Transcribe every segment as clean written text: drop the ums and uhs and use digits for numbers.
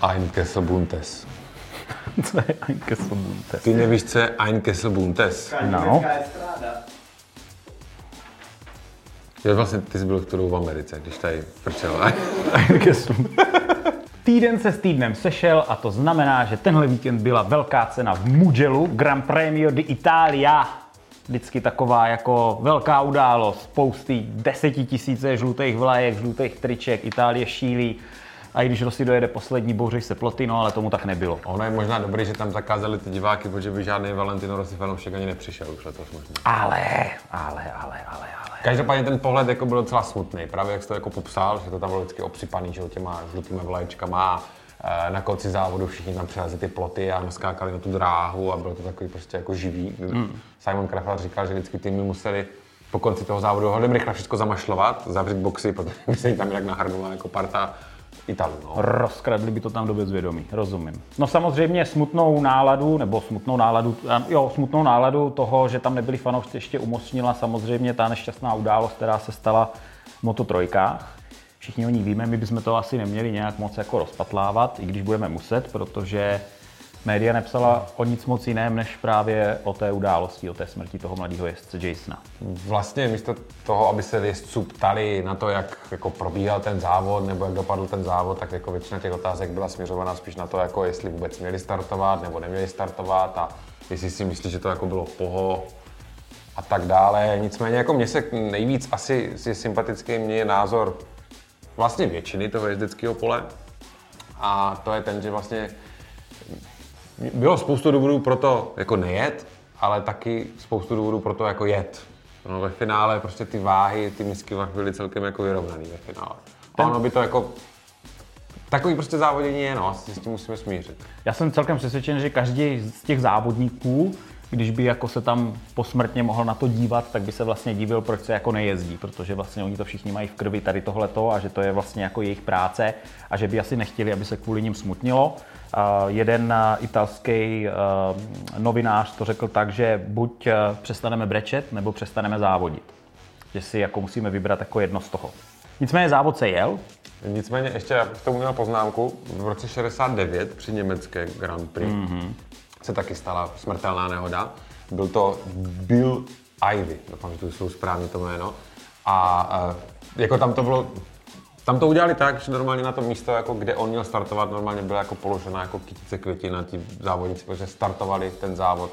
Ein Kessel Buntes. Co je Ein Kessel Buntes? Ty nevíš, co je Ein Kessel Buntes? No. Jo, vlastně ty jsi byl v v Americe, když tady prčel. Ein Kessel. Týden se s týdnem sešel a to znamená, že tenhle víkend byla velká cena v Mugellu, Gran Premio di Italia. Vždycky taková jako velká událost, spousty 10 000 žlutých vlajek, žlutých triček, Itálie šílí. A i když Rossi dojede poslední, bouří se ploty, no ale tomu tak nebylo. Ono je možná dobrý, že tam zakázali ty diváky, protože by žádný Valentino Rossi fanoušek ani nepřišel už letos možná. Ale. Každopádně ten pohled jako byl docela smutný, právě jak jsi to jako popsal, že to tam bylo vždycky obsypaný, že těma žlutýma vlaječkama. Na konci závodu všichni tam přilezli ty ploty a naskákali na tu dráhu a bylo to takový prostě jako živý. Simon Krafel říkal, že vždycky týmy museli po konci toho závodu hodně rychle všechno zamašlovat, zavřít boxy, protože se jim tam jinak nahrnula jako parta Italů. No. Rozkradli by to tam do bezvědomí, rozumím. No samozřejmě smutnou náladu toho, že tam nebyli fanoušci, ještě umocnila samozřejmě ta nešťastná událost, která se stala v Moto3. Všichni o ní víme, my bychom to asi neměli nějak moc jako rozpatlávat, i když budeme muset, protože média nepsala o nic moc jiném, než právě o té události, o té smrti toho mladého jezdce Jasona. Vlastně místo toho, aby se jezdců ptali na to, jak jako probíhal ten závod nebo jak dopadl ten závod, tak jako většina těch otázek byla směřovaná spíš na to, jako jestli vůbec měli startovat nebo neměli startovat a jestli si myslí, že to jako bylo poho a tak dále. Nicméně jako mně se nejvíc asi je sympatický mně je názor vlastně většiny toho jezdeckého pole a to je ten, že vlastně bylo spoustu důvodů pro to jako nejet, ale taky spoustu důvodů pro to jako jet. No, ve finále prostě ty váhy, ty misky vah byly celkem jako vyrovnaný ve finále. A ono by to jako takový prostě závodění je, no, asi s tím musíme smířit. Já jsem celkem přesvědčen, že každý z těch závodníků, když by jako se tam posmrtně mohl na to dívat, tak by se vlastně divil, proč se jako nejezdí, protože vlastně oni to všichni mají v krvi tady tohleto a že to je vlastně jako jejich práce a že by asi nechtěli, aby se kvůli nim smutnilo. Jeden italský novinář to řekl tak, že buď přestaneme brečet, nebo přestaneme závodit. Že si jako musíme vybrat jako jedno z toho. Nicméně závod se jel. Nicméně ještě já k tomu měl poznámku, v roce 69 při německé Grand Prix se taky stala smrtelná nehoda. Byl to Bill Ivy, doufám, že to jsou správně to jméno. A jako tam to udělali tak, že normálně na to místo, jako kde on měl startovat, normálně byla jako položena jako kytice květin na ti závodníci, protože startovali ten závod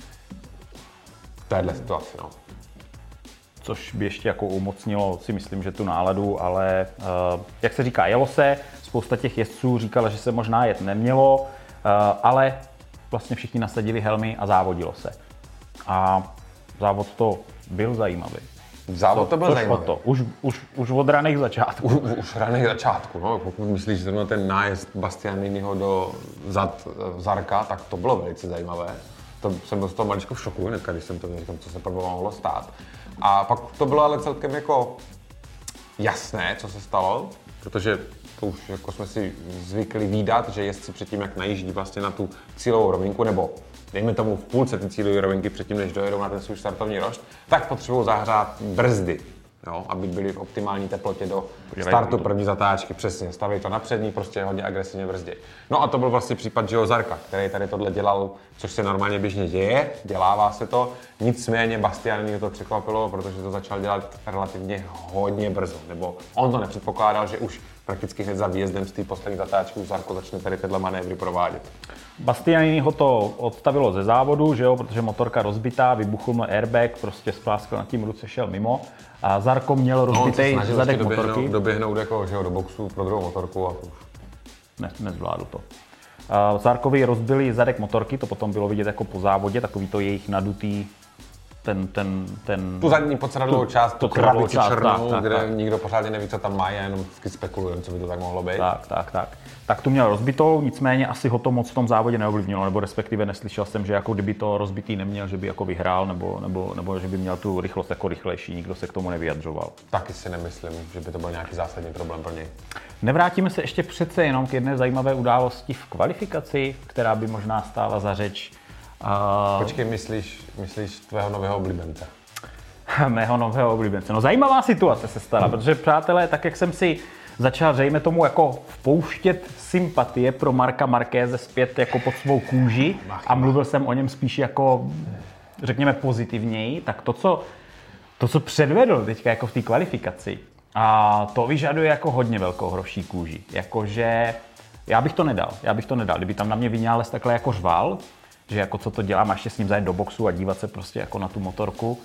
v téhle situaci. No. Což by ještě jako umocnilo, si myslím, že tu náladu, ale jak se říká, jelo se, spousta těch jezdců říkala, že se možná jet nemělo, ale vlastně všichni nasadili helmy a závodilo se. A závod to byl zajímavý. Závod to byl zajímavý. Už od raných začátků. Už raných začátků, no. Pokud myslíš zrovna ten nájezd Bastianiniho do zad Zarka, tak to bylo velice zajímavé. To jsem byl z toho maličko v šoku hnedka, když jsem to říkal, co se pak mohlo stát. A pak to bylo ale celkem jako jasné, co se stalo, protože to už jako jsme si zvykli vídat, že jezdci předtím, jak najíždí vlastně na tu cílovou rovinku, nebo dejme tomu v půlce ty cílové rovinky předtím, než dojedou na ten svůj startovní rošt, tak potřebují zahřát brzdy, jo, aby byly v optimální teplotě do startu první zatáčky. Přesně, staví to na přední, prostě hodně agresivně brzdě. No a to byl vlastně případ Gio Zarca, který tady tohle dělal, což se normálně běžně děje, dělává se to. Nicméně Bastianini to překvapilo, protože to začal dělat relativně hodně brzo, nebo on to nepředpokládal, že už prakticky hned za výjezdem z té poslední zatáčky už Zarco začne tady tyhle manévry provádět. Bastianini ho to odstavilo ze závodu, že jo, protože motorka rozbitá, vybuchl mu airbag, prostě spláskl nad tím ruce, šel mimo. A Zarco měl rozbitý zadek motorky. Doběhnout jako, že jo, do boxu pro druhou motorku a už. Nezvládl to. Zarcovi rozbili zadek motorky, to potom bylo vidět jako po závodě, takový to jejich nadutý tu zadní podsedadlovou část, tu krabici černou, kde nikdo pořádně neví, co tam má, jenom vždycky spekulujeme, co by to tak mohlo být. Tak tu měl rozbitou, nicméně asi ho to moc v tom závodě neovlivnilo, nebo respektive neslyšel jsem, že jako kdyby to rozbitý neměl, že by jako vyhrál, nebo že by měl tu rychlost jako rychlejší, nikdo se k tomu nevyjadřoval. Taky si nemyslím, že by to byl nějaký zásadní problém pro něj. Nevrátíme se ještě přece jenom k jedné zajímavé události v kvalifikaci, která by možná stála za řeč. Počkej, myslíš tvého nového oblíbence? Mého nového oblíbence. No zajímavá situace se stala, protože přátelé, tak jak jsem si začal, dejme tomu, jako vpouštět sympatie pro Marka Markéze zpět jako pod svou kůži a mluvil jsem o něm spíš jako, řekněme, pozitivněji, tak to, co předvedl teďka jako v té kvalifikaci, a to vyžaduje jako hodně velkou hroší kůži. Jakože já bych to nedal. Kdyby tam na mě Viñales takhle jako řval, že jako co to dělám, a ještě s ním zajet do boxu a dívat se prostě jako na tu motorku.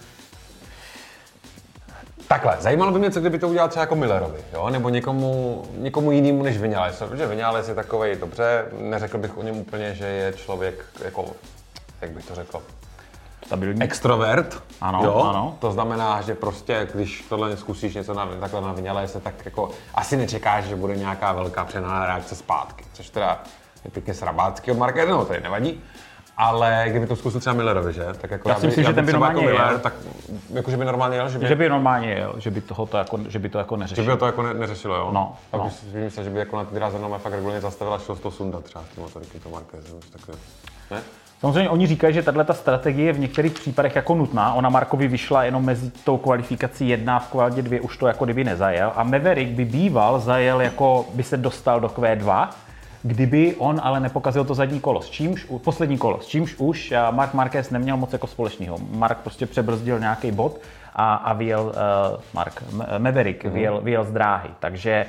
Takhle, zajímalo by mě, co kdyby to udělal třeba jako Millerovi, jo? Nebo někomu jinému než Viñales, protože Viñales je takovej, dobře, neřekl bych o něm úplně, že je člověk jako, jak bych to řekl, stabilní. Extrovert, ano, jo? Ano. To znamená, že prostě, když tohle zkusíš něco takhle na Viñalese, tak jako asi nečekáš, že bude nějaká velká přenáhlá reakce zpátky, což teda je pěkně srabácký od Marka, no to nevadí. Ale kdyby to zkusil třeba Millerovi, že? Tak jako já si myslím, že ten by normálně jako Miller, jel. Tak jako, že by normálně jel? Že by normálně jel, že by to jako neřešilo. Že by to jako neřešilo, jo? No. Tak bych si myslel, že by jako na ty dráze fakt regulárně zastavila, šlo to sundat třeba ty motoriky, to Marquez, takhle. Ne? Samozřejmě oni říkají, že tato strategie je v některých případech jako nutná. Ona Markovi vyšla jenom mezi tou kvalifikací 1 v kvalitě 2 už to jako kdyby nezajel. A Maverick by býval zajel, jako by se dostal do Q2, kdyby on ale nepokazil to zadní kolo, poslední kolo, s čímž už Marc Marquez neměl moc jako společného. Mark prostě přebrzdil nějaký bod a vyjel Maverick vyjel z dráhy. Takže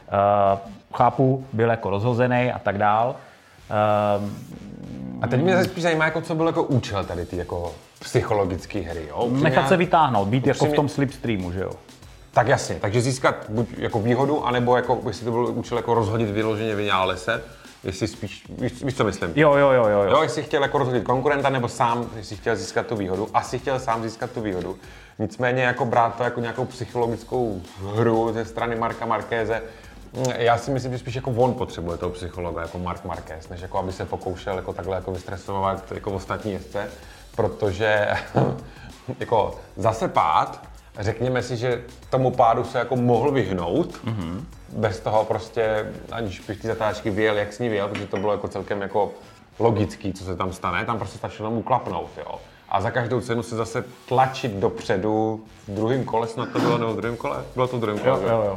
chápu, byl jako rozhozený a tak dál. A teď mě spíš zajímá, jako, co byl jako účel tady ty jako psychologické hry, jo? Nechat se vytáhnout, být jako v tom slipstreamu, že jo? Tak jasně, takže získat buď jako výhodu, anebo jako, jestli to byl účel jako rozhodit vyloženě Viñalese, jestli spíš, víš co myslím? Jo. Jo, jestli chtěl jako rozhodit konkurenta, nebo sám, jestli chtěl získat tu výhodu, asi chtěl sám získat tu výhodu. Nicméně jako brát to jako nějakou psychologickou hru ze strany Marka Markéze, já si myslím, že spíš jako on potřebuje toho psychologa, jako Marc Marquez, než jako aby se pokoušel jako takhle jako vystresovat jako ostatní jezdce, protože jako zase pád, řekněme si, že tomu pádu se jako mohl vyhnout, bez toho prostě, aniž bych ty zatáčky vyjel, jak s ní vyjel, protože to bylo jako celkem jako logický, co se tam stane, tam prostě stačilo mu klapnout, jo. A za každou cenu se zase tlačit dopředu v druhém kole, snad to bylo, nebo v druhém kole? Bylo to v druhém kole, jo.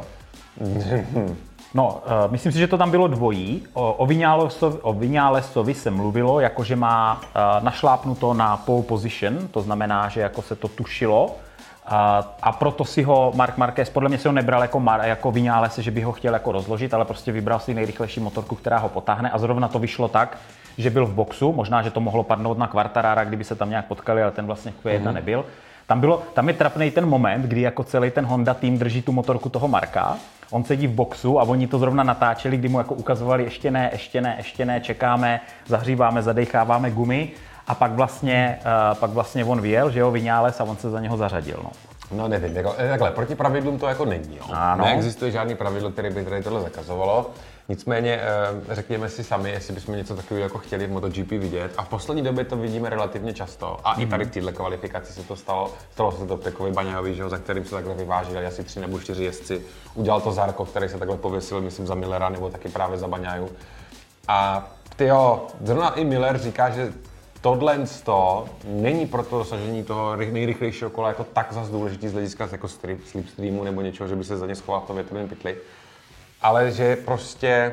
No, myslím si, že to tam bylo dvojí. O Viñalesovi se mluvilo, jakože má našlápnuto na pole position, to znamená, že jako se to tušilo. A proto si ho Marc Marquez, podle mě si ho nebral jako Viñalese, že by ho chtěl jako rozložit, ale prostě vybral si nejrychlejší motorku, která ho potáhne, a zrovna to vyšlo tak, že byl v boxu, možná, že to mohlo padnout na Quartarara, kdyby se tam nějak potkali, ale ten vlastně Q1 nebyl. Tam je trapnej ten moment, kdy jako celý ten Honda tým drží tu motorku toho Marka, on sedí v boxu a oni to zrovna natáčeli, kdy mu jako ukazovali ještě ne, čekáme, zahříváme, zadecháváme gumy. A pak vlastně on vyjel, že jo, Viñales, a on se za něho zařadil, no. No nevím, jako, takhle, proti pravidlům to jako není, jo. Ano. Neexistuje žádný pravidlo, které by tady tohle zakazovalo. Nicméně řekněme si sami, jestli bychom něco takového jako chtěli v MotoGP vidět. A v poslední době to vidíme relativně často. A i tady v této kvalifikaci se to stalo. Stalo se to Pekovi Baňajovi, že jo, za kterým se takhle vyvážili asi 3 nebo 4 jezdci. Udělal to Zarco, který se takhle pověsil, myslím, za Millera nebo taky právě za Baňaju. A tyjo, zrovna i Miller říká, že tohle není pro to dosažení toho nejrychlejšího kola jako tak zas důležitý z hlediska jako slipstreamu nebo něčeho, že by se za ně schoval v tom větrovém pytli. Ale že prostě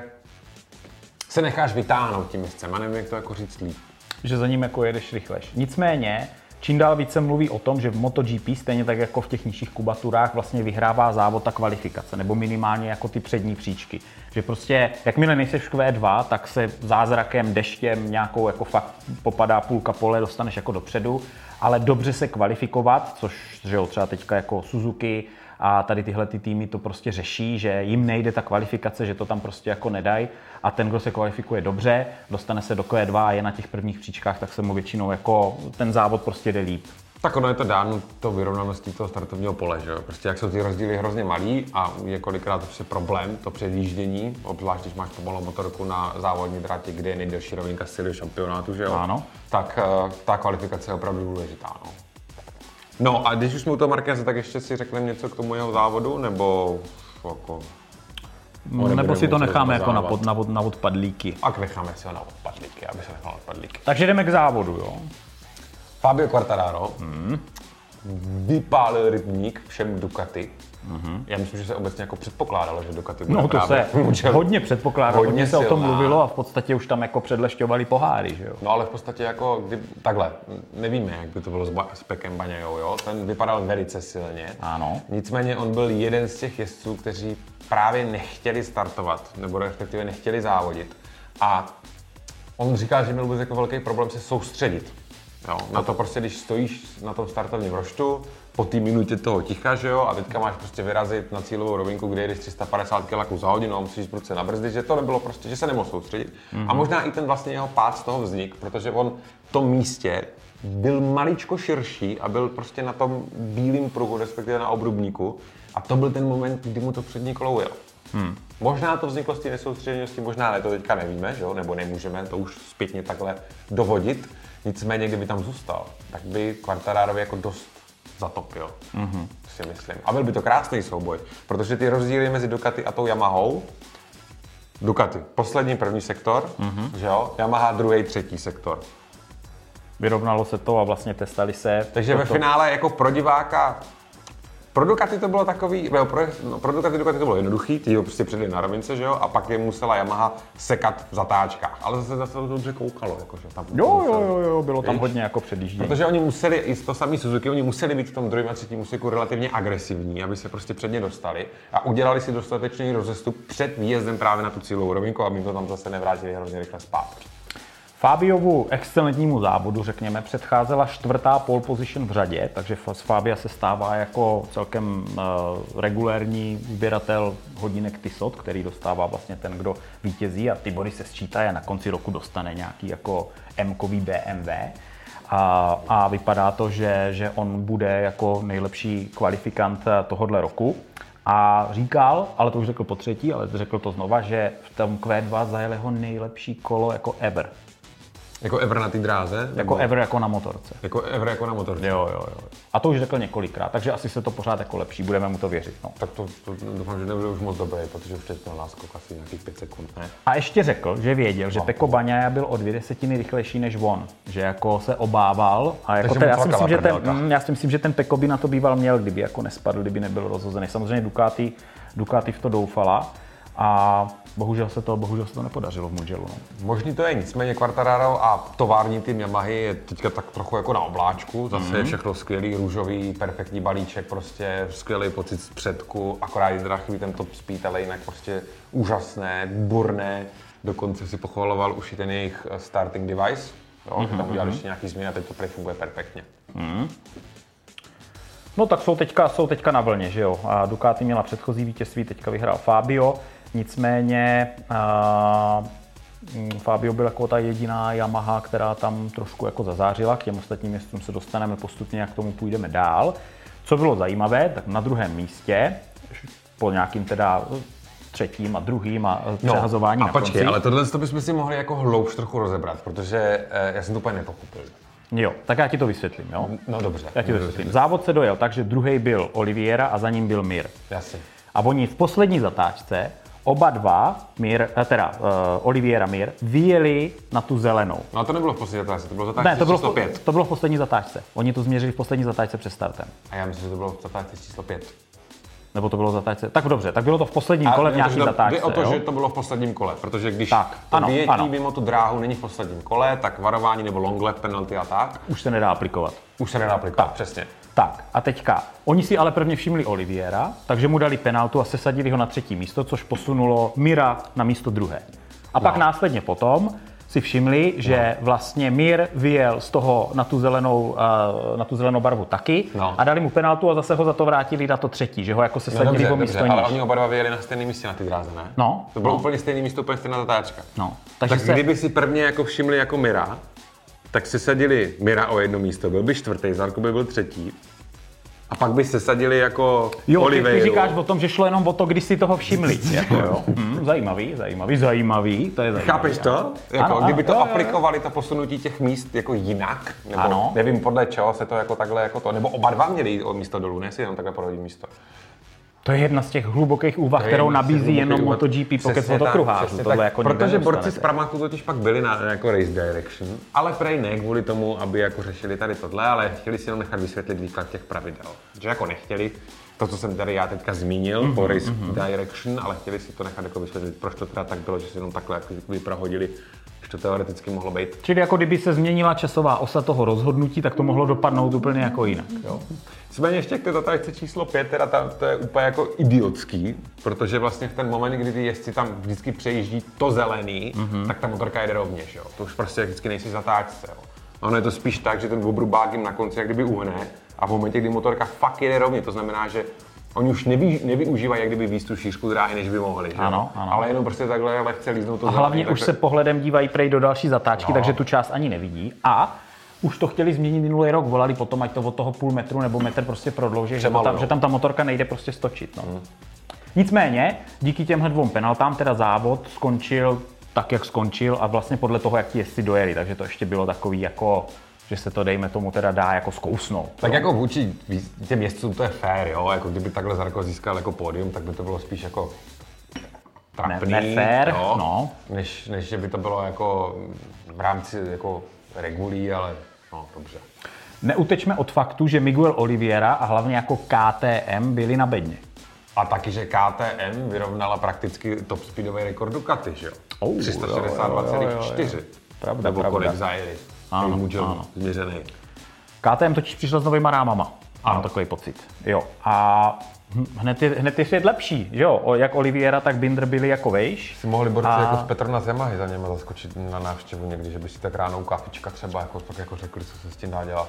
se necháš vytáhnout tím jezdcem, a nevím, jak to jako říct líp. Že za ním jako jedeš rychlejš. Nicméně, čím dál více mluví o tom, že v MotoGP, stejně tak jako v těch nižších kubaturách, vlastně vyhrává závod ta kvalifikace, nebo minimálně jako ty přední příčky. Že prostě, jakmile nejseš v Q2, tak se zázrakem, deštěm, nějakou jako fakt popadá půlka pole, dostaneš jako dopředu, ale dobře se kvalifikovat, což že jo, třeba teďka jako Suzuki a tady tyhle ty týmy to prostě řeší, že jim nejde ta kvalifikace, že to tam prostě jako nedají, a ten, kdo se kvalifikuje dobře, dostane se do Q2 a je na těch prvních příčkách, tak se mu většinou jako ten závod prostě jde líp. Tak ono je to dáno to vyrovnaností toho startovního pole, že jo? Prostě jak jsou ty rozdíly hrozně malý a je kolikrát prostě problém, to předjíždění, obzvlášť když máš pomalou motorku na závodní drátě, kde je nejdelší rovinka stylu šampionátu, že jo? Ano. Tak ta kvalifikace je opravdu důležitá, no. No a když už jsme u toho Marqueze, tak ještě si řekneme něco k tomu jeho závodu, nebo jako... Nebo si to necháme jako na odpadlíky. A necháme si ho na odpadlíky, aby se nechal odpadlíky. Takže jdeme k závodu, jo? Fabio Quartararo vypálil rybník všem Ducati. Já myslím, že se obecně jako předpokládalo, že Ducati bude to se hodně předpokládalo, hodně se o tom mluvilo a v podstatě už tam jako předlešťovali poháry, že jo? No ale v podstatě jako, takhle, nevíme, jak by to bylo s Pekem Bagnaioou, jo? Ten vypadal velice silně. Ano. Nicméně on byl jeden z těch jezdců, kteří právě nechtěli startovat, nebo respektive nechtěli závodit. A on říkal, že měl vůbec jako velký problém se soustředit. Jo? Na to prostě, když stojíš na tom startovním roštu, po té minutě toho ticha, že jo, a teďka máš prostě vyrazit na cílovou rovinku, kde jedeš 350 km za hodinu a musíš prudce nabrzdit, že to nebylo prostě, že se nemohl soustředit. A možná i ten vlastně jeho pád z toho vznik, protože on v tom místě byl maličko širší a byl prostě na tom bílém pruhu, respektive na obrubníku, a to byl ten moment, kdy mu to přední kolo ujelo. Možná to vzniklo z té nesoustředěnosti, možná ne, to teďka nevíme, že jo, nebo nemůžeme to už zpětně takhle dovodit. Nicméně, kdyby tam zůstal, tak by Quartararovi jako dost zatopil, si myslím. A byl by to krásný souboj, protože ty rozdíly mezi Ducati a tou Yamahou, Ducati, poslední první sektor, že jo, Yamaha druhý, třetí sektor. Vyrovnalo se to a vlastně testali se. Takže ve finále jako pro diváka, pro Ducati to bylo takový, pro Ducati to bylo jednoduchý, ty ho prostě předli na rovince, že jo, a pak je musela Yamaha sekat v zatáčkách, ale zase to dobře koukalo, jakože tam. Jo, bylo tam hodně jako předjíždění. Protože oni museli, i to samý Suzuki, oni museli být v tom druhém a třetím úseku relativně agresivní, aby se prostě předně dostali a udělali si dostatečný rozestup před výjezdem právě na tu cílovou rovinku, aby to tam zase nevrátili hrozně rychle zpátky. Fabiovu excelentnímu závodu, řekněme, předcházela 4. pole position v řadě, takže z Fabia se stává jako celkem regulérní sběratel hodinek Tissot, který dostává vlastně ten, kdo vítězí, a ty body se sčítají a na konci roku dostane nějaký jako M-kový BMW. A vypadá to, že on bude jako nejlepší kvalifikant tohohle roku. A říkal, ale to už řekl po třetí, ale řekl to znova, že v tom Q2 zajel jeho nejlepší kolo jako ever. Jako ever na té dráze? Jako ever jako na motorce. Jako ever jako na motorce? Jo. A to už řekl několikrát, takže asi se to pořád jako lepší, budeme mu to věřit. No. Tak to doufám, že nebude už moc dobrý, protože už teď měl náskok asi nějakých 5 sekund, ne? A ještě řekl, že věděl, že Pecco Bagnaia byl o 2 desetiny rychlejší než on, že jako se obával. A jako já si myslím, že ten Pecco by na to býval měl, kdyby jako nespadl, kdyby nebyl rozhozený. Samozřejmě Ducati v to doufala. A bohužel se to nepodařilo v Mugellu. No. Možný to je, nicméně Quartararo a tovární tým Yamahy je teďka tak trochu jako na obláčku. Zase je všechno skvělý, růžový, perfektní balíček, prostě skvělý pocit z předku, akorát jen chybí ten top speed, ale jinak prostě úžasné, burné. Dokonce si pochvaloval už i ten jejich starting device, jo, tam udělali ještě nějaký změny a teď to funguje perfektně. No tak jsou teďka na vlně, že jo. A Ducati měla předchozí vítězství, teďka vyhrál Fabio. Nicméně Fabio byl jako ta jediná Yamaha, která tam trošku jako zazářila. K těm ostatním městům se dostaneme postupně, jak k tomu půjdeme dál. Co bylo zajímavé, tak na druhém místě, po nějakým teda třetím a druhým a přehazováním na konci. Počkej, ale tohle bychom si mohli jako hloubš trochu rozebrat, protože já jsem to úplně nepochopil. Jo, tak já ti to vysvětlím, jo? No dobře. Já ti to vysvětlím. Závod se dojel, takže druhý byl Oliveira a za ním byl Mir. Jasně. A oni v poslední zatáčce oba dva, Oliveira Mir, vyjeli na tu zelenou. No a to nebylo v poslední zatáčce, to bylo zatáčce číslo 5. To bylo v poslední zatáčce. Oni to změřili v poslední zatáčce před startem. A já myslím, že to bylo v zatáčce číslo 5. Nebo to bylo zatáčce. Tak dobře, tak bylo to v posledním kole v nějaký zatáčce. Jde o to, že to bylo v posledním kole, protože když vyjetí mimo tu dráhu není v posledním kole, tak varování nebo long lap penalty a tak. Už se nedá aplikovat. Přesně. Tak a teďka, oni si ale prvně všimli Oliviera, takže mu dali penaltu a sesadili ho na třetí místo, což posunulo Mira na místo druhé. A pak následně potom si všimli, že vlastně Mir vyjel z toho na tu zelenou barvu taky a dali mu penaltu a zase ho za to vrátili na to třetí, že ho jako sesadili o místo níž. Ale oni oba dva vyjeli na stejném místě na ty dráze, ne? No. To bylo úplně stejné místo, úplně stejná zatáčka. No. Tak kdyby si prvně jako všimli jako Mira, tak sesadili Mira o jedno místo, byl by čtvrtý, Zarco by byl třetí. A pak by sesadili jako Oliveiru. Ty říkáš o tom, že šlo jenom o to, když si toho všimli. Jako, jo. Zajímavý, to je zajímavý. Chápeš to? Jako, kdyby to aplikovali, to posunutí těch míst jako jinak, nebo nevím podle čeho se to jako takhle, jako to, nebo oba dva měli o místo dolů, ne si jenom takhle porodit místo. To je jedna z těch hlubokých úvah, kterou nabízí jenom MotoGP Pocket fotokruhářů. Jako protože borci z Pramaku totiž pak byli na jako race direction, ale prej ne kvůli tomu, aby jako řešili tady tohle, ale chtěli si jenom nechat vysvětlit výklad těch pravidel. Že jako nechtěli to, co jsem tady já teďka zmínil po race direction, ale chtěli si to nechat jako vysvětlit, proč to teda tak bylo, že si jenom takhle jako vyprahodili, že to teoreticky mohlo být. Čili jako kdyby se změnila časová osa toho rozhodnutí, tak to mohlo dopadnout úplně jako jinak. Jo? Nicméně ještě k té totalice číslo 5, teda to je úplně jako idiotský, protože vlastně v ten moment, kdy ty jezdci tam vždycky přejíždí to zelený, tak ta motorka jede rovněž, jo. To už prostě vždycky nejsi zatáčce, jo. Ono je to spíš tak, že ten obrubák jim na konci jak kdyby uhne a v momentě, kdy motorka fakt jede rovně, to znamená, že oni už nevyužívají jak kdyby víc tu šířku dráhy, než by mohli, že? Ano. Ale jenom prostě takhle lehce líznou to a hlavně zelený, už se pohledem dívají prej do další zatáčky, takže tu část ani nevidí. A už to chtěli změnit minulý rok, volali potom, ať to od toho půl metru nebo metr prostě prodlouží, že tam ta motorka nejde prostě stočit. No. Nicméně, díky těmhle 2 penaltám teda závod skončil tak, jak skončil a vlastně podle toho, jak ti jezdci dojeli, takže to ještě bylo takový jako, že se to dejme tomu teda dá jako zkousnout. Tak jako vůči těm jezdcům to je fér, jo, jako kdyby takhle Zarco získal jako pódium, tak by to bylo spíš jako trapný, nefér, jo, no. než že by to bylo jako v rámci jako regulí, ale no, dobře. Neutečme od faktu, že Miguel Oliveira a hlavně jako KTM byli na bedně. A taky, že KTM vyrovnala prakticky top speedový rekord Ducati, že jo? 362,4. Pravda, nebo kolik zajeli. Ano. Změřený. KTM totiž přišla s novýma rámama. Mám takový pocit. Jo. A hned je svět lepší, že jo? Jak Oliveira, tak Binder byli jako vejš. Si mohli borci jako z Petronas Yamahy za něma zaskočit na návštěvu někdy, že by si tak ráno kafička třeba jako řekli, co se s tím dá dělat.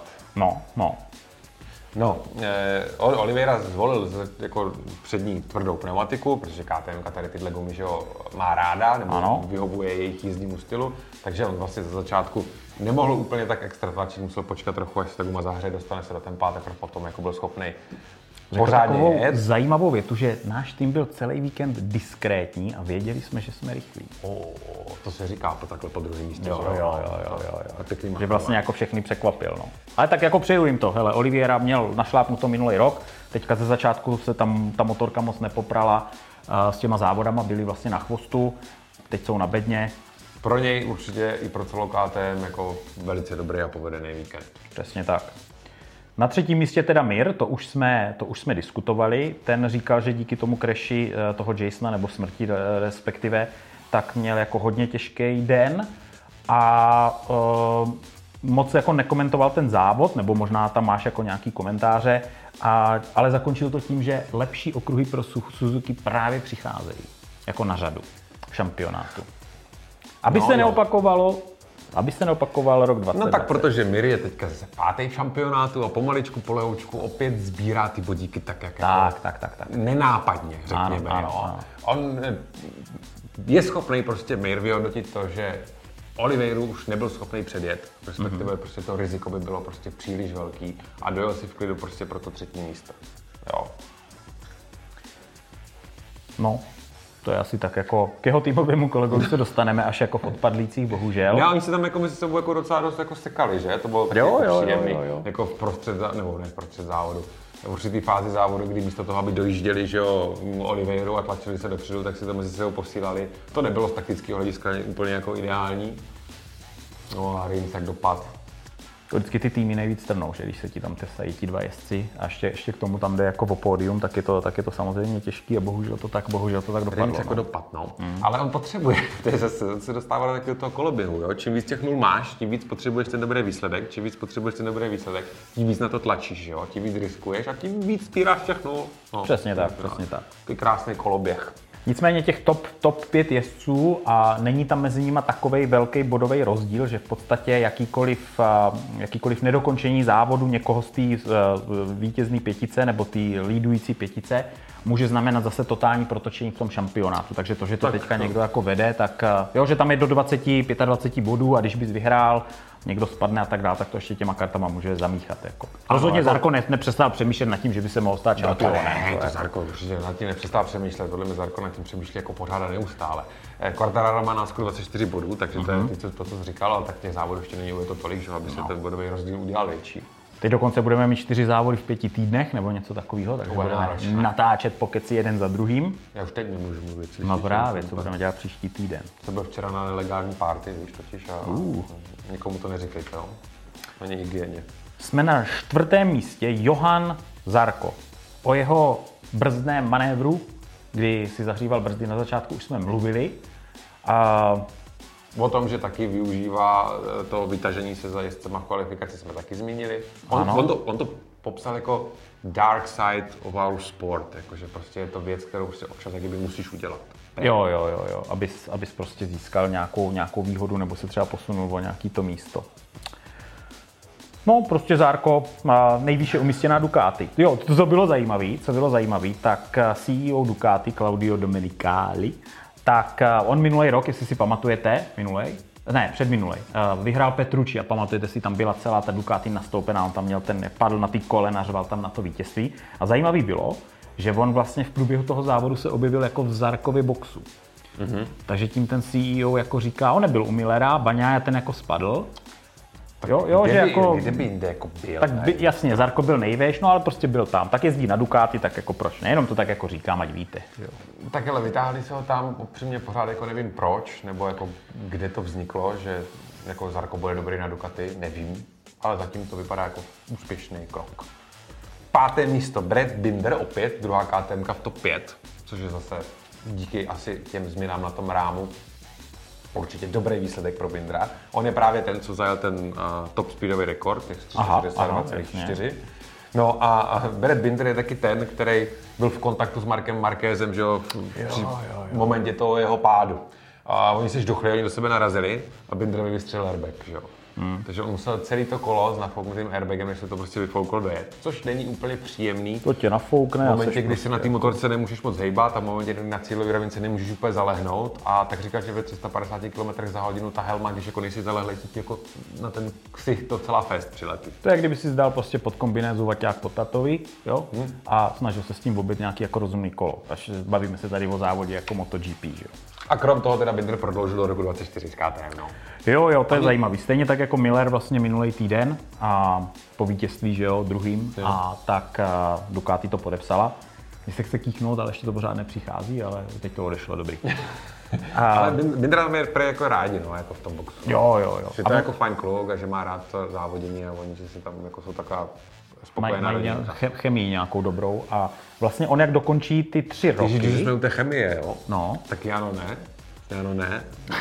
No, Oliveira zvolil jako přední tvrdou pneumatiku, protože KTM tady tyhle gumy, že jo, má ráda, nebo vyhovuje jejich jízdnímu stylu, takže on vlastně za začátku nemohl úplně tak extra tlačit, musel počkat trochu, až se ta guma zahřeje, dostane se do tempá, teprve potom jako byl schopný pořádně jet. Zajímavou větu, že náš tým byl celý víkend diskrétní a věděli jsme, že jsme rychlí. To se říká to takhle po druhém místě. Jo. Že vlastně jako všechny překvapil, no. Ale tak jako přeju jim to. Hele, Oliveira měl našlápnuto minulý rok, teďka ze začátku se tam ta motorka moc nepoprala s těma závodama, byli vlastně na chvostu, teď jsou na bedně. Pro něj určitě i pro celou KTM jako velice dobrý a povedený víkend. Přesně tak. Na 3. místě teda Mir, to už jsme diskutovali. Ten říkal, že díky tomu crashi toho Jasona nebo smrti respektive, tak měl jako hodně těžký den a moc jako nekomentoval ten závod, nebo možná tam máš jako nějaký komentáře, ale zakončil to tím, že lepší okruhy pro Suzuki právě přicházejí jako na řadu v šampionátu. Aby se neopakoval rok 2020. No tak protože Mir je teďka zase 5. v šampionátu a pomaličku, polehoučku opět sbírá ty bodíky tak, jak tak. Nenápadně, řekněme. Ano. On je schopný prostě Mir vyhodnotit to, že Oliveiru už nebyl schopný předjet, respektive prostě to riziko by bylo prostě příliš velký a dojel si v klidu prostě pro to 3. místo. Jo. No. To je asi tak jako k jeho týmovému kolegovi se dostaneme až jako v odpadlících, bohužel. No, oni se tam jako mezi sebou jako docela dost jako sekali, že? To bylo taky příjemný, jako vprostřed závodu. V určitý fázi závodu, kdy místo toho, aby dojížděli, že jo, Oliveiru a tlačili se dopředu, tak si to mezi sebou posílali. To nebylo z taktického hlediska úplně jako ideální. No a Rins tak dopad. Vždycky ty týmy nejvíc trnou, že když se ti tam tesají ti 2 jezdci a ještě k tomu tam jde jako o pódium, tak je to samozřejmě těžký a bohužel to tak dopadlo. Rins jako dopad, no. Ale on potřebuje, to je zase, on se dostává do takového toho koloběhu, jo. Čím víc těch nul máš, tím víc potřebuješ ten dobrý výsledek, tím víc na to tlačíš, jo, tím víc riskuješ a tím víc spíráš těch nul. No, přesně tak. Takový krásný koloběh. Nicméně těch top 5 jezdců a není tam mezi nimi takovej velký bodový rozdíl, že v podstatě jakýkoliv nedokončení závodu někoho z té vítězné 5 nebo té lídující 5 může znamenat zase totální protočení v tom šampionátu. Takže to, že to teďka někdo jako vede, tak jo, že tam je do 25 bodů a když bys vyhrál, někdo spadne a tak dále, tak to ještě těma kartama může zamíchat. Jako. Rozhodně Zarco nepřestal přemýšlet nad tím, že by se mohl stát šampionem. To Zarco určitě nad tím nepřestal přemýšlet, podle mě Zarco nad tím přemýšlí jako pořád a neustále. Quartararo má na skoro 24 bodů, takže to je to, co jsi říkal, ale tak těch závodů ještě není to tolik, že aby se ten bodový rozdíl udělal větší. Teď dokonce budeme mít 4 závody v 5 týdnech nebo něco takového, takže budeme natáčet pokeci jeden za druhým. Já už teď nemůžu mluvit. No právě, co budeme dělat příští týden. Jsem byl včera na nelegální party, víš, totiž a nikomu to neříkejte, jo? Ani hygieně. Jsme na 4. místě Johan Zarco. O jeho brzdném manévru, kdy si zahříval brzdy na začátku, už jsme mluvili. O tom, že taky využívá to vytažení se za jezdcema v kvalifikaci, jsme taky zmínili. On to popsal jako dark side of our sport, jakože prostě je to věc, kterou prostě občas by musíš udělat. Jo, abys prostě získal nějakou výhodu nebo se třeba posunul o nějaký to místo. No, prostě Zarco, nejvýše umístěná Ducati. Jo, co bylo zajímavé, tak CEO Ducati, Claudio Domenicali, tak on minulý rok, jestli si pamatujete, předminulej, vyhrál Petrucci a pamatujete si, tam byla celá ta Ducati nastoupená, on tam měl padl na ty kolena, řval tam na to vítězství. A zajímavý bylo, že on vlastně v průběhu toho závodu se objevil jako v Zarcově boxu. Mm-hmm. Takže tím ten CEO jako říká, on nebyl u Millera, Bagnaia ten jako spadl. Kde by jinde jako byl, tak jasně, Zarco byl nejvéž, no ale prostě byl tam. Tak jezdí na Ducati, tak jako proč ne? Jenom to tak jako říkám, ať víte. Jo. Tak ale vytáhli se ho tam, upřímně pořád jako nevím proč, nebo jako kde to vzniklo, že jako Zarco bude dobrý na Ducati, nevím. Ale zatím to vypadá jako úspěšný krok. 5. místo, Brad Binder, opět druhá KTM v top 5, což je zase díky asi těm změnám na tom rámu určitě dobrý výsledek pro Bindra. On je právě ten, co zajel ten top speedový rekord, těch 342,4. No a Brad Binder je taky ten, který byl v kontaktu s Markem Marquezem, že jo, v momentě toho jeho pádu. A oni se žduchli, oni do sebe narazili a Binder mi vystřelil airbag, že jo. Takže on musel celý to kolo s nafouknutým airbagem, než se to prostě vyfouklo dojet. Což není úplně příjemný. To tě nafoukne. V momentě, kdy se na té motorce nemůžeš moc hejbat a v momentě, kdy na cílové rovince nemůžeš úplně zalehnout. A tak říkáš, že ve 350 km za hodinu ta helma, když jako nejsi zalehlej, ti jako na ten ksich to celá fest přiletí. To je, kdyby si zdal prostě pod kombinézu vaťák pod tatovi, jo? A snažil se s tím obět nějaký jako rozumný kolo. Až bavíme se tady o závodě jako MotoGP, jo. A krom toho teda Binder prodloužil do roku 2024 s KTM, no. Jo, to je zajímavý. Stejně tak jako Miller vlastně minulý týden a po vítězství, že jo, druhým, a tak Ducati to podepsala. Mně se chce kýchnout, ale ještě to pořád nepřichází, ale teď to odešlo dobrý. Ale Bindra mě je jako rádi, no, jako v tom boxu. Jo. Že to je jako fajn kluk a že má rád to závodění a oni, že si tam jako jsou taková spokojená rodina. Mají chemii nějakou dobrou a vlastně on jak dokončí ty 3 roky. Když jsme u té chemie, jo, no. Tak Jano ne.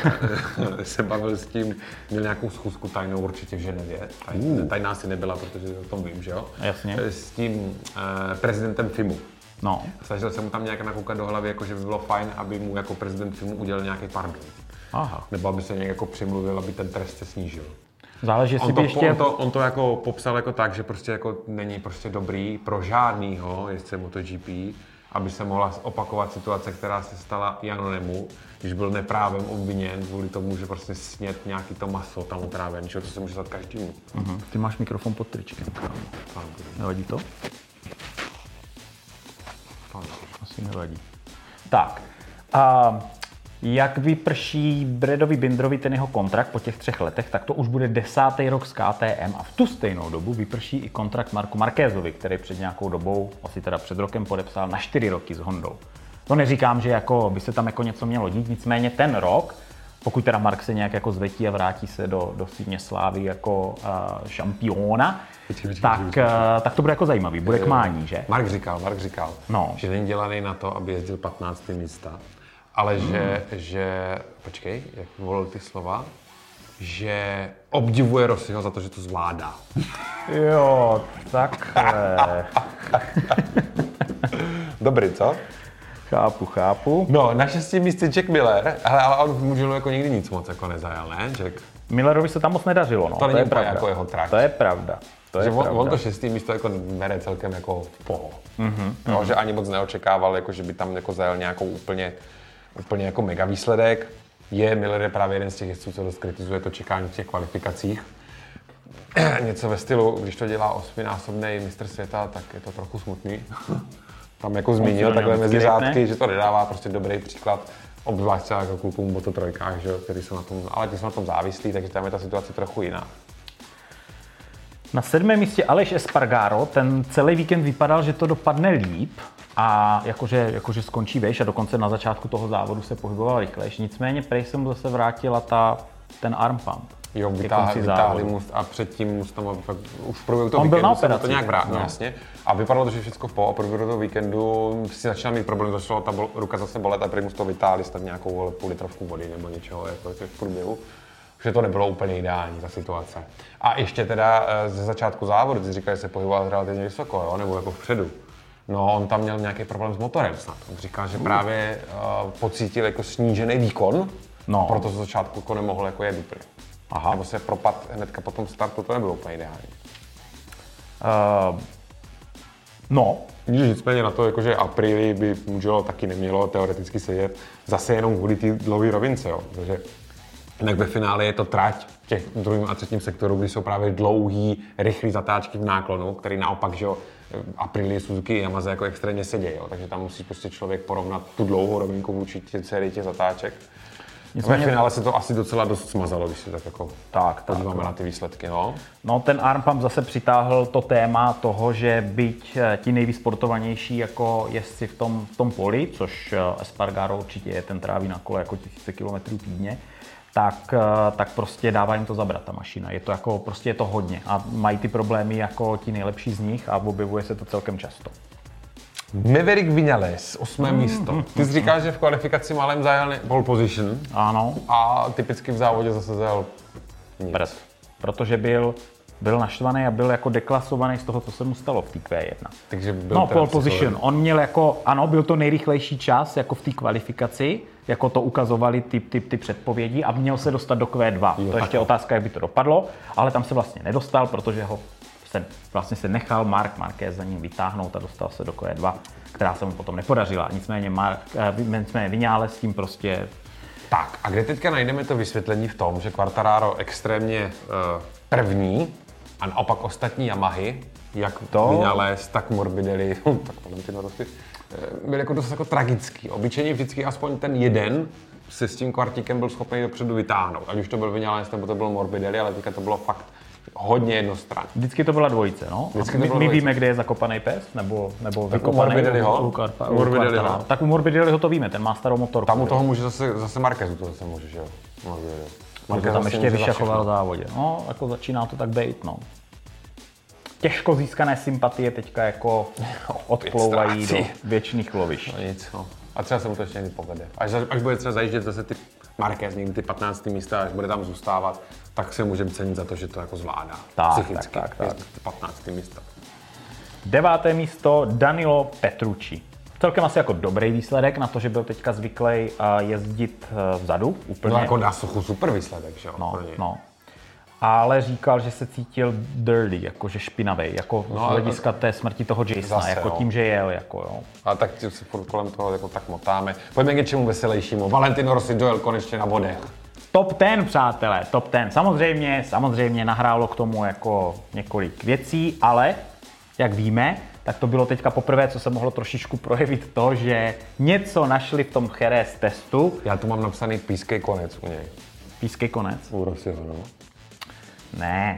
Jsem bavil s tím, měl nějakou schůzku tajnou určitě v Ženevě. Tajná asi nebyla, protože o tom vím, že jo. Jasně. S tím prezidentem FIMu. No. Snažil jsem mu tam nějak nakoukat do hlavy, jako že by bylo fajn, aby mu jako prezident FIMu udělal nějaký pardon. Aha. Nebo aby se nějak jako přimluvil, aby ten trest se snížil. Záleží, jestli on to jako popsal jako tak, že prostě jako není prostě dobrý pro žádnýho jezdce MotoGP, aby se mohla opakovat situace, která se stala Janonemu, když byl neprávem obviněn kvůli tomu, že prostě snět nějaký to maso tam otrávený, co se může stát každému. Ty máš mikrofon pod tričkem. Nevadí to? Asi nevadí. Tak. Jak vyprší Bradovi Binderovi ten jeho kontrakt po těch 3 letech, tak to už bude 10. rok s KTM a v tu stejnou dobu vyprší i kontrakt Marku Marquezovi, který před nějakou dobou, asi teda před rokem, podepsal na 4 roky s Hondou. To neříkám, že jako by se tam jako něco mělo dít, nicméně ten rok, pokud teda Mark se nějak jako zvetí a vrátí se do síně slávy jako šampiona, tak to bude jako zajímavý, bude k mání, že? Mark říkal, že není dělaný na to, aby jezdil 15. místa. Ale že, počkej, jak volil ty slova, že obdivuje Rossiho za to, že to zvládá. Jo, takhle. Dobrý, co? Chápu. No, na 6. místě Jack Miller, ale on v Mugello jako nikdy nic moc jako nezajel, ne, Jack? Millerovi se tam moc nedařilo, no. To není úplně jako jeho trať. To je pravda. On to 6. místo jako bere celkem jako v poho. No, že ani moc neočekával, jako, že by tam jako zajel nějakou úplně jako mega výsledek. Miller je právě jeden z těch jezdců, co dost kritizuje to čekání v těch kvalifikacích. Něco ve stylu, když to dělá 8násobný mistr světa, tak je to trochu smutný. Tam jako zmínil takhle mezi řádky, že to nedává prostě dobrý příklad, obzvlášť třeba jako klukům v Moto3, že, který jsou na tom, ale ti jsou na tom závislí, takže tam je ta situace trochu jiná. Na 7. místě Aleš Espargaro, ten celý víkend vypadal, že to dopadne líp a jakože skončí vejš a dokonce na začátku toho závodu se pohyboval rychlejš. Nicméně prej se mu zase vrátila ten arm pump. Jo, vytáhli mu a předtím mu tam už v průběhu toho on víkendu se to nějak vrátil, jasně. A vypadalo to, že všechno v pohodě, a v průběhu toho víkendu si začal mít problém, začala ta ruka zase bolet a prý mu z toho vytáhli snad nějakou půl litrovku vody nebo něčeho jako v průběhu. Že to nebylo úplně ideální, ta situace. A ještě teda ze začátku závodu, ty říkal, že se pohyboval relativně vysoko, jo? Nebo jako vpředu. No, on tam měl nějaký problém s motorem snad. On říkal, že právě pocítil jako snížený výkon, a proto ze začátku jako nemohl jako jet úplně. Aha. Nebo se propad hnedka po tom startu, to nebylo úplně ideální. No. Nicméně na to, jakože Aprilia by Mugello taky nemělo teoreticky sedět zase jenom kvůli té dlouhé rovince, jo. Takže jinak ve finále je to trať v těch druhém a třetím sektoru, kdy jsou právě dlouhý, rychlý zatáčky v náklonu, který naopak, že jo, Aprilia, Suzuki, Yamaha jako extrémně sedějí, jo. Takže tam musí prostě člověk porovnat tu dlouhou rovinku vůči sérii těch zatáček. Ve finále se to asi docela dost smazalo, když se tak jako podíváme na ty výsledky. No, ten arm pump zase přitáhl to téma toho, že byť ti nejvysportovanější jako jezdci v tom poli, což Espargaro určitě je, ten tráví na kole jako 1000 km týdně, tak prostě dává jim to zabrat ta mašina. Je to jako, prostě je to hodně a mají ty problémy jako ti nejlepší z nich a objevuje se to celkem často. Maverick Viñales, 8. místo. Ty jsi říkal, že v kvalifikaci málem zajel pole position. Ano. A typicky v závodě zase zajel nic. Protože byl naštvaný a byl jako deklasovaný z toho, co se mu stalo v té Q1. Takže byl pole position. On měl jako, ano, byl to nejrychlejší čas jako v té kvalifikaci, jako to ukazovali ty předpovědi a měl se dostat do Q2. To ještě otázka, jak by to dopadlo, ale tam se vlastně nedostal, protože se nechal Marc Marquez za ním vytáhnout a dostal se do Q2, která se mu potom nepodařila. Nicméně Viñales s tím prostě... Tak a kde teďka najdeme to vysvětlení v tom, že Quartararo extrémně první a naopak ostatní Yamahy, jak Viñales, tak Morbidelli, tak Valentino Rossi, byl jako dost jako tragický. Obyčejně vždycky aspoň ten jeden se s tím kvartíkem byl schopný dopředu vytáhnout. Ať už to byl Viñales, nebo to byl Morbidelli, ale teďka to bylo fakt hodně jednostranné. Vždycky to byla dvojice, no. My víme, kde je zakopaný pes, nebo vykopaný Morbidelliho. Tak u Morbidelliho to víme, ten má starou motorku. Tam u toho může zase Marquezu, to zase může, že jo. Marquez tam ještě vyšachoval v závodě. No, jako začíná to tak být, no. Těžko získané sympatie teďka jako odplouvají do věčných lovišť. No nic, no. A třeba se mu to ještě někdy povede. Až bude třeba zajíždět zase ty Marquez, někdy ty 15. místa, až bude tam zůstávat, tak se můžeme cenit za to, že to jako zvládá. Psychicky. Tak. 15. místo. 9. místo Danilo Petrucci. Celkem asi jako dobrý výsledek na to, že byl teďka zvyklý jezdit vzadu úplně. No jako na suchu super výsledek, že jo? No. Ale říkal, že se cítil dirty, jakože špinavej, jako z hlediska té smrti toho Jasona, zase, jako tím, že jel, jako jo. A tak se furt kolem toho jako tak motáme. Pojďme k něčemu veselějšímu. Valentino Rossi dojel konečně na vodě. Top 10, přátelé, top 10. Samozřejmě nahrálo k tomu jako několik věcí, ale jak víme, tak to bylo teďka poprvé, co se mohlo trošičku projevit to, že něco našli v tom Jerez testu. Já tu mám napsaný pískej konec u něj. Pískej konec? U Rossiho, no. Ne.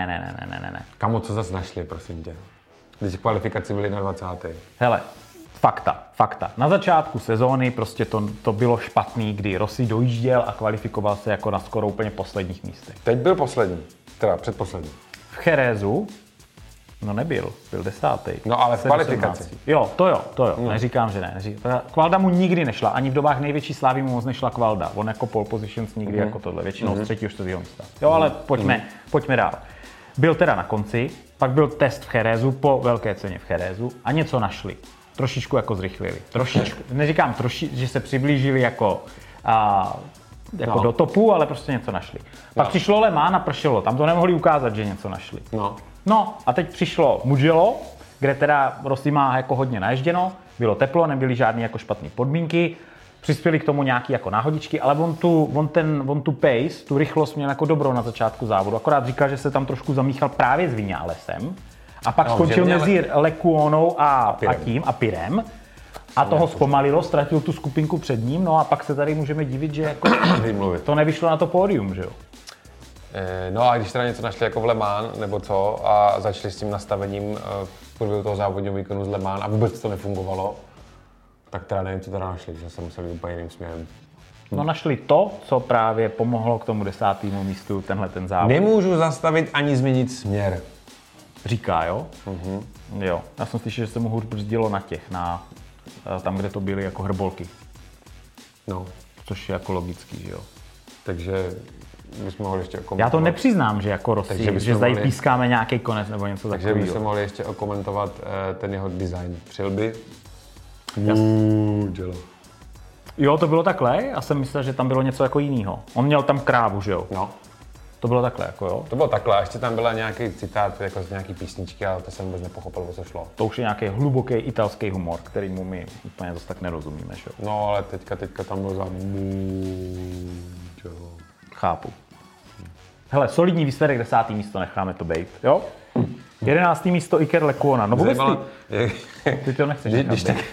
Kamo, co zase našli, prosím tě? Když v kvalifikaci byli na 20. Hele, fakta. Na začátku sezóny prostě to bylo špatný, kdy Rossi dojížděl a kvalifikoval se jako na skoro úplně posledních místech. Teď byl poslední, teda předposlední. V Jerezu, no nebyl, byl 10. No ale v kvalifikaci. Jo, to jo. Neříkám, že ne. Kvalda mu nikdy nešla, ani v dobách největší slávy mu moc nešla Kvalda. On jako pole positions nikdy jako tohle, většinou z 3. 4. místa. Jo, ale pojďme dál. Byl teda na konci, pak byl test v Jerezu, po velké ceně v Jerezu a něco našli. Trošičku jako zrychlili. Neříkám že se přiblížili jako do topu, ale prostě něco našli. Pak přišlo Le Mans a pršelo, tam to nemohli ukázat, že něco našli. No a teď přišlo Mugello, kde teda Rossi má jako hodně naježděno, bylo teplo, nebyly žádné jako špatné podmínky, přispěli k tomu nějaký jako náhodičky, ale on tu pace, tu rychlost měl jako dobrou na začátku závodu, akorát říkal, že se tam trošku zamíchal právě s Viñalesem a pak skončil mezi Leccuonou a Pirem. A toho zpomalilo, ztratil tu skupinku před ním, no a pak se tady můžeme divit, že jako to nevyšlo na to pódium, že jo? No a když teda něco našli jako v Le Mans, nebo co, a začali s tím nastavením v průběhu toho závodního výkonu z Le Mans a vůbec to nefungovalo, tak teda nevím, co teda našli, že se museli úplně jiným směrem. No našli to, co právě pomohlo k tomu 10. místu tenhle ten závod. Nemůžu zastavit ani změnit směr. Říká, jo? Jo. Já jsem slyšel, že se mu hůř brzdilo tam, kde to byly jako hrbolky. No. Což je jako logický, že jo? Takže bychom mohli ještě okomentovat. Já to nepřiznám, že jako Rossi, že tady pískáme nějaký konec nebo něco takového. Takže bychom mohli ještě okomentovat ten jeho design přilby. Dělo. Jo, to bylo takhle? Já jsem myslel, že tam bylo něco jako jiného. On měl tam krávu, že jo? No. To bylo takhle, jako jo? To bylo takhle, a ještě tam byla nějaký citát jako z nějaký písničky, ale to jsem vůbec nepochopil, o co šlo. To už je nějaký hluboký italský humor, kterýmu my úplně zase tak nerozumíme, že jo? No, ale teďka tam bylo za Chápu. Hele, solidní výsledek, 10. místo, necháme to být, jo? 11. místo Iker Lecuona. No vůbec ty to nechceš nechat Když tak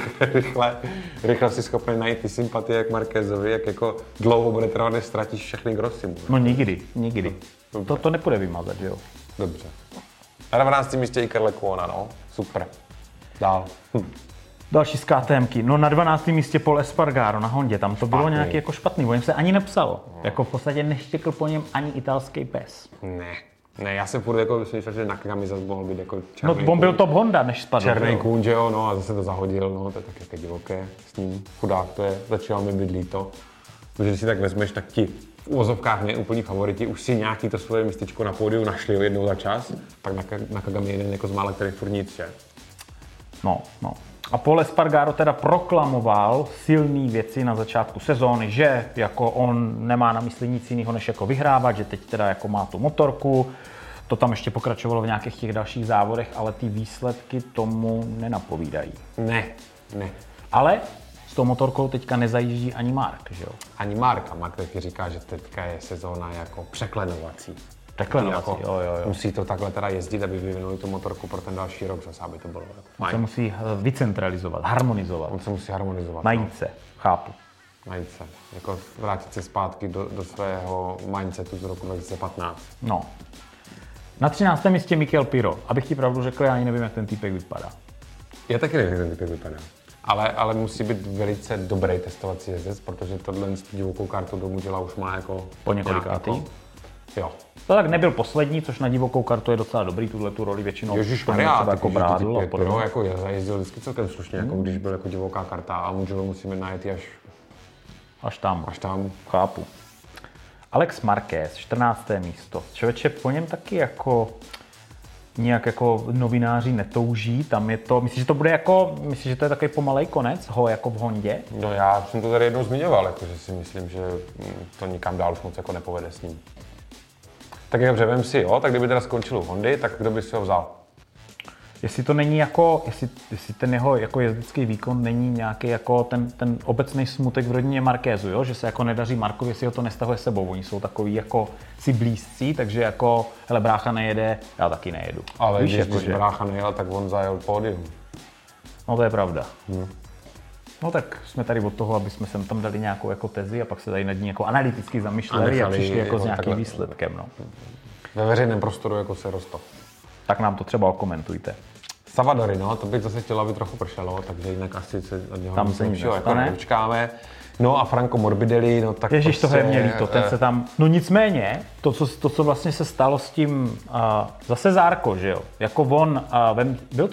rychle jsi schopný najít ty sympatie jak Marquezovi, jak jako dlouho bude trvat, než ztratíš všechny Grossimu. No nikdy. To nepůjde vymazat, že jo? Dobře. Na 12. místě Iker Lecuona, no. Super. Dál. Další z KTMky. No na 12. místě Pol Espargaro na Hondě. Tam to bylo nějaký jako špatný. O něm se ani nepsalo. Jako v podstatě neštěkl po něm ani italský pes. Ne, já jsem furt jako myslel, že Nakagami zase mohl být jako černý. No on byl top Honda, než spadl. Černý kůň, že jo, no a zase to zahodil, no, to je tak jako divoké s ním. Chudák, to je, začínalo mi být líto. Protože když si tak vezmeš, tak ti v uvozovkách neúplní favoriti už si nějaký to svoje místečko na pódiu našli jednou za čas, tak Nakagami je jeden jako z mála, který furt nic, že? No. A Pol Espargaro teda proklamoval silné věci na začátku sezóny, že jako on nemá na mysli nic jiného, než jako vyhrávat, že teď teda jako má tu motorku. To tam ještě pokračovalo v nějakých těch dalších závodech, ale ty výsledky tomu nenapovídají. Ne. Ale s tou motorkou teďka nezajíždí ani Mark, že jo? Ani Mark. A Mark taky říká, že teďka je sezóna jako překlenovací. Jako, jo. Musí to takhle teda jezdit, aby vyvinuli tu motorku pro ten další rok zase, aby to bylo fajn. On se musí vycentralizovat, harmonizovat. On se musí harmonizovat. Najít se, chápu. Najít se, jako vrátit se zpátky do svého mindsetu z roku 2015. No. Na 13. místě Mikel Piro. Abych ti pravdu řekl, já ani nevím, jak ten týpek vypadá. Já taky nevím, jak ten týpek vypadá. Ale musí být velice dobrý testovací jezdec, protože tohle divokou kartu domů dělá už má jako... Po několikátý? Jo. To tak nebyl poslední, což na divokou kartu je docela dobrý, tu roli většinou. Ježišmarja, jako brádl a podobně. Jako já zajezdil vždycky celkem slušně, jako když byl jako divoká karta a Mugello musíme najet až tam. Chápu. Alex Marquez, 14. místo. Člověče, po něm taky jako nějak jako novináři netouží, tam je to, myslíš, že to je takový pomalej konec, jako v Hondě? No já jsem to tady jednou zmiňoval, jako, že si myslím, že to nikam dál už moc jako nepovede s ním. Tak dobře, vem si, jo, tak kdyby teda skončil u Hondy, tak kdo by si ho vzal? Jestli to není jako, jestli ten jeho jako jezdecký výkon není nějaký jako ten obecný smutek v rodině Marquezu, jo? Že se jako nedaří Markovi, jestli ho to nestahuje sebou. Oni jsou takový jako si blízcí, takže jako, hele, brácha nejede, já taky nejedu. Ale víš, když brácha nejel, tak on zajel pódium. No to je pravda. No tak jsme tady od toho, aby jsme sem tam dali nějakou jako tezi a pak se tady nad ní jako analyticky zamýšleli a přišli jako s nějakým výsledkem. No. Ve veřejném prostoru jako se rosto. Tak nám to třeba okomentujte. Savadori, no, to bych zase chtěla, aby trochu pršelo, takže jinak asi se od něho tam se nic jako nedočkáme. No a Franco Morbidelli, no tak Ježíš, prostě... toho je mě líto, ten se tam... No nicméně, to, co vlastně se stalo s tím, zase Zarco, že jo? Jako on, byl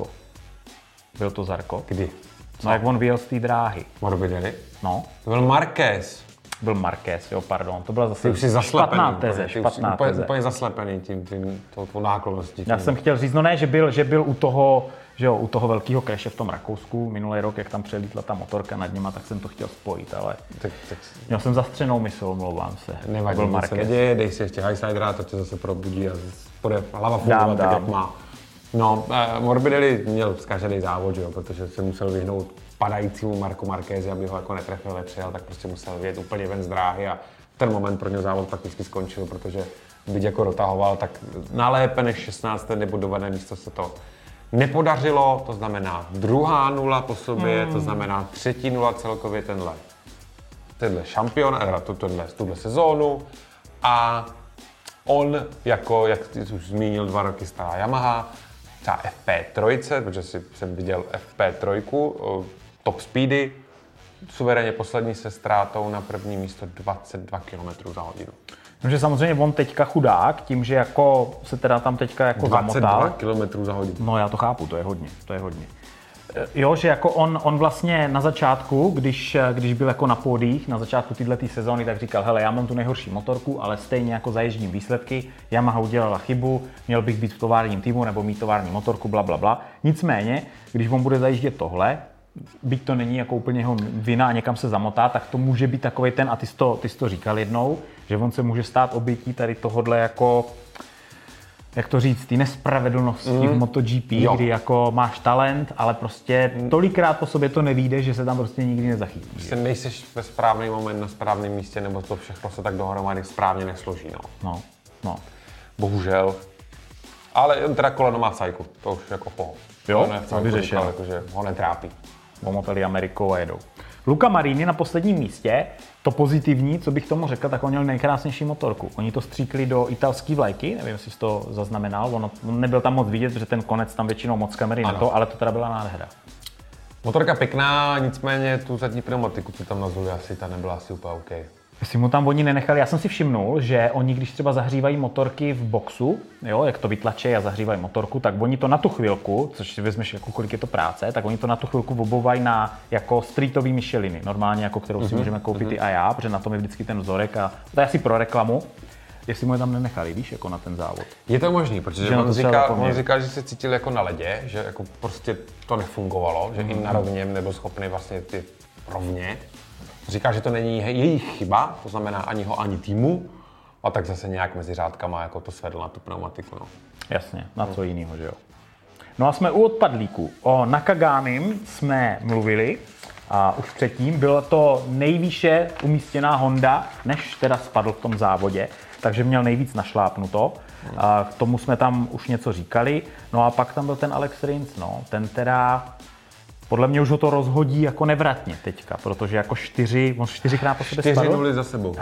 to Zarco? Kdy? No jak on vyjel z té dráhy. Morbidelli? No. To byl Marquez. Byl Marquez, jo, pardon. To byla zase špatná teze. Úplně zaslepený tou náklonností. Já jsem chtěl říct, no ne, že byl u toho, že jo, u toho velkého crashe v tom Rakousku minulý rok, jak tam přelítla ta motorka nad něma, tak jsem to chtěl spojit, ale měl jsem zastřenou mysl, omlouvám se. Nevadí, nic se neděje, dej si ještě Highsidera, to tě zase probudí a bude hlava fungovat tak, jak má. No, Morbidelli měl zkažený závod, že jo, protože se musel vyhnout padajícímu Marku Marquezi, aby ho jako netrefil, nepřijel, tak prostě musel vyjet úplně ven z dráhy a v ten moment pro něj závod prakticky skončil, protože byť jako dotahoval, tak na lépe než 16. nebo dovedené místo se to nepodařilo, to znamená druhá nula po sobě, to znamená třetí nula celkově tenhle šampion, tuhle sezónu a On, jako, jak jsi už zmínil, 2 roky stará Yamaha, třeba FP3, protože jsem viděl FP3, top speedy, suverénně poslední se ztrátou na první místo 22 km za hodinu. Takže samozřejmě on teďka chudák, tím, že jako se teda tam teďka jako 22 zamotal. km za hodinu. No já to chápu, to je hodně. Jo, že jako on vlastně na začátku, když byl jako na pódiích, na začátku této sezóny, tak říkal, hele, já mám tu nejhorší motorku, ale stejně jako zaježdím výsledky, Yamaha udělala chybu, měl bych být v továrním týmu nebo mít tovární motorku, bla, bla, bla. Nicméně, když on bude zajíždět tohle, byť to není jako úplně jeho vina a někam se zamotá, tak to může být takovej ten, a ty jsi to říkal jednou, že on se může stát obětí tady tohodle jako, jak to říct, ty nespravedlnosti v MotoGP, kdy jako máš talent, ale prostě tolikrát po sobě to nevyjde, že se tam prostě nikdy nezachytí. Prostě nejseš ve správný moment na správném místě, nebo to všechno se tak dohromady správně nesloží, no. No. Bohužel. Ale on teda koleno má v sajku, to už jako poho. Jo, to vyřešeno. Jakože ho netrápí. Omotali Amerikou a jedou. Luca Marini na posledním místě, to pozitivní, co bych tomu řekl, tak on měl nejkrásnější motorku. Oni to stříkli do italské vlajky, nevím, jestli jsi to zaznamenal, on nebyl tam moc vidět, protože ten konec tam většinou moc kamery na to, ale to teda byla nádhera. Motorka pěkná, nicméně tu zadní pneumatiku, co tam nazvali, asi ta nebyla asi úplně OK. Jestli mu tam oni nenechali, já jsem si všimnul, že oni, když třeba zahřívají motorky v boxu, jo, jak to vytlačí a zahřívají motorku, tak oni to na tu chvilku, což si vezmeš, jako kolik je to práce, tak oni to na tu chvilku obouvají na jako streetový Micheliny, normálně jako kterou si můžeme koupit i a já, protože na tom je vždycky ten vzorek a to je asi pro reklamu. Jestli mu je tam nenechali, víš, jako na ten závod. Je to možný, protože on říkal, že se cítil jako na ledě, že jako prostě to nefungovalo, že i na rovně nebyl schopný vlastně ty rovně. Říká, že to není jejich chyba, to znamená ani ho, ani týmu, a tak zase nějak mezi řádkama jako to svedl na tu pneumatiku. No. Jasně, na co jinýho, že jo. No a jsme u odpadlíků. O Nakagánim jsme mluvili a už předtím byla to nejvýše umístěná Honda, než teda spadl v tom závodě, takže měl nejvíc našlápnuto. A k tomu jsme tam už něco říkali. No a pak tam byl ten Alex Rins, no, ten teda podle mě už ho to rozhodí jako nevratně teďka, protože jako 4krát po sobě spadl. 4-0 za sebou.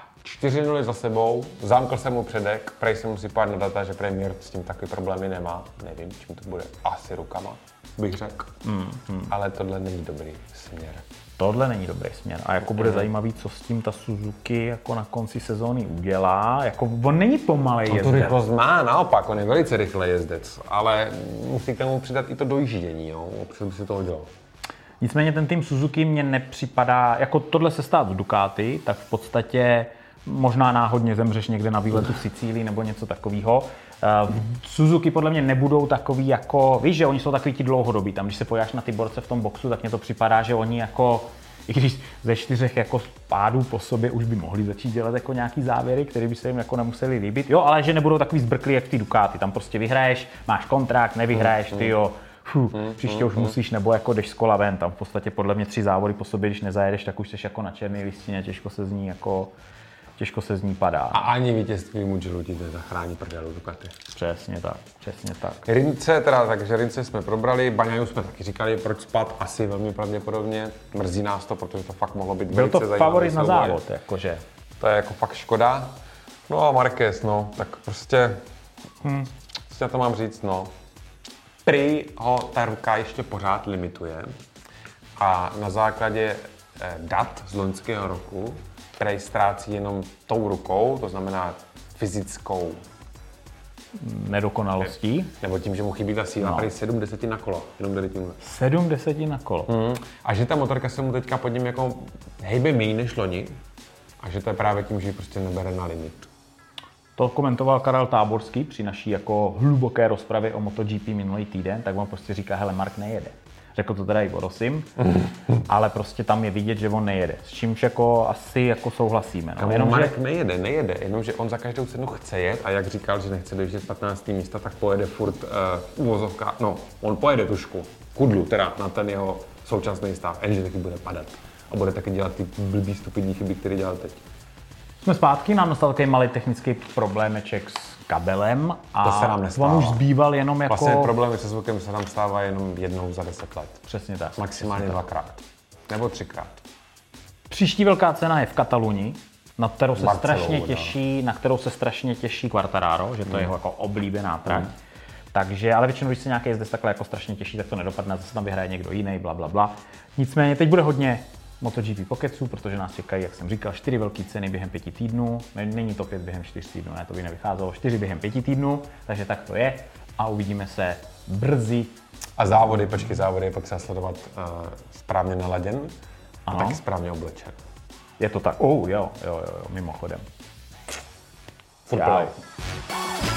4-0 za sebou, zamkl jsem mu předek, prej se musí pát na data, že premiér s tím takový problémy nemá. Nevím, čím to bude, asi rukama, bych řekl. Ale tohle není dobrý směr. Tohle není dobrý směr. A jako bude zajímavý, co s tím ta Suzuki jako na konci sezóny udělá. Jako on není pomalej jezdec. On tu rychlost má, naopak, on je velice rychlý jezdec, ale musí k tomu přidat i to dojíždění, jo. Občas by si to hodilo. Nicméně ten tým Suzuki mně nepřipadá, jako tohle se stát v Ducati, tak v podstatě možná náhodně zemřeš někde na výletu v Sicílii nebo něco takového. Suzuki podle mě nebudou takový jako, víš, že oni jsou takový ti dlouhodobí, tam když se pojáš na ty borce v tom boxu, tak mně to připadá, že oni jako, i když ze 4 jako pádů po sobě už by mohli začít dělat jako nějaký závěry, které by se jim jako nemuseli líbit, jo, ale že nebudou takový zbrklí jak ty Ducati, tam prostě vyhraješ, máš kontrakt, nevyhraješ, ty jo, příště už musíš, nebo jako jdeš z kola ven, tam v podstatě podle mě 3 závody po sobě, když nezajedeš, tak už jsi jako na černé listině, těžko se z ní padá. A ani vítězství Mugello ti nezachrání prdelu Ducati. Přesně tak. Rince jsme probrali, Baňaju jsme taky říkali, proč spad, asi velmi pravděpodobně. Mrzí nás to, protože to fakt mohlo být velice zajímavý. Byl to favorit na závod, jakože. To je jako fakt škoda. No a Marquez, no, tak prostě, co to mám říct, no. Prý ho ta ruka ještě pořád limituje a na základě dat z loňského roku prej ztrácí jenom tou rukou, to znamená fyzickou nedokonalostí. Nebo tím, že mu chybí ta síla, prej 70 na kolo, jenom tady tímhle. 70 na kolo. A že ta motorka se mu teďka pod ním jako hejbe méně než loni a že to je právě tím, že ji prostě nebere na limit. To komentoval Karel Táborský při naší jako hluboké rozpravě o MotoGP minulý týden, tak on prostě říká, hele, Mark nejede. Řekl to teda i Vorosim, ale prostě tam je vidět, že on nejede. S čímž jako asi jako souhlasíme. No. Jenom Mark nejede, jenomže on za každou cenu chce jet a jak říkal, že nechce dojíždět 15. místa, tak pojede furt uvozovka, no, on pojede tušku, kudlu teda na ten jeho současný stav, jenže taky bude padat a bude taky dělat ty blbý stupidní chyby, které dělal teď. Jsme zpátky, nám nastal takový malý technický problémeček s kabelem a to se nám nestává. On už zbýval jenom jako... Vlastně problémy se zvukem se nám stává jenom jednou za 10 let. Přesně tak. Maximálně 2krát. Nebo 3krát. Příští velká cena je v Katalunii, na kterou se Barcelonu, strašně těší Quartararo, že to je jeho jako oblíbená trať. Takže, ale většinou, když se nějaký jezdec takhle jako strašně těší, tak to nedopadne, zase tam vyhraje někdo jiný, bla, bla, bla. Nicméně teď bude hodně MotoGP pokeců, protože nás čekají, jak jsem říkal, 4 velké ceny během 5 týdnů. Není to 5 během 4 týdnů, ne, to by nevycházelo, 4 během 5 týdnů, takže tak to je a uvidíme se brzy. A závody je potřeba sledovat správně naladěn a Ano. taky správně oblečen. Je to tak, jo, mimochodem. Furt Čau. play.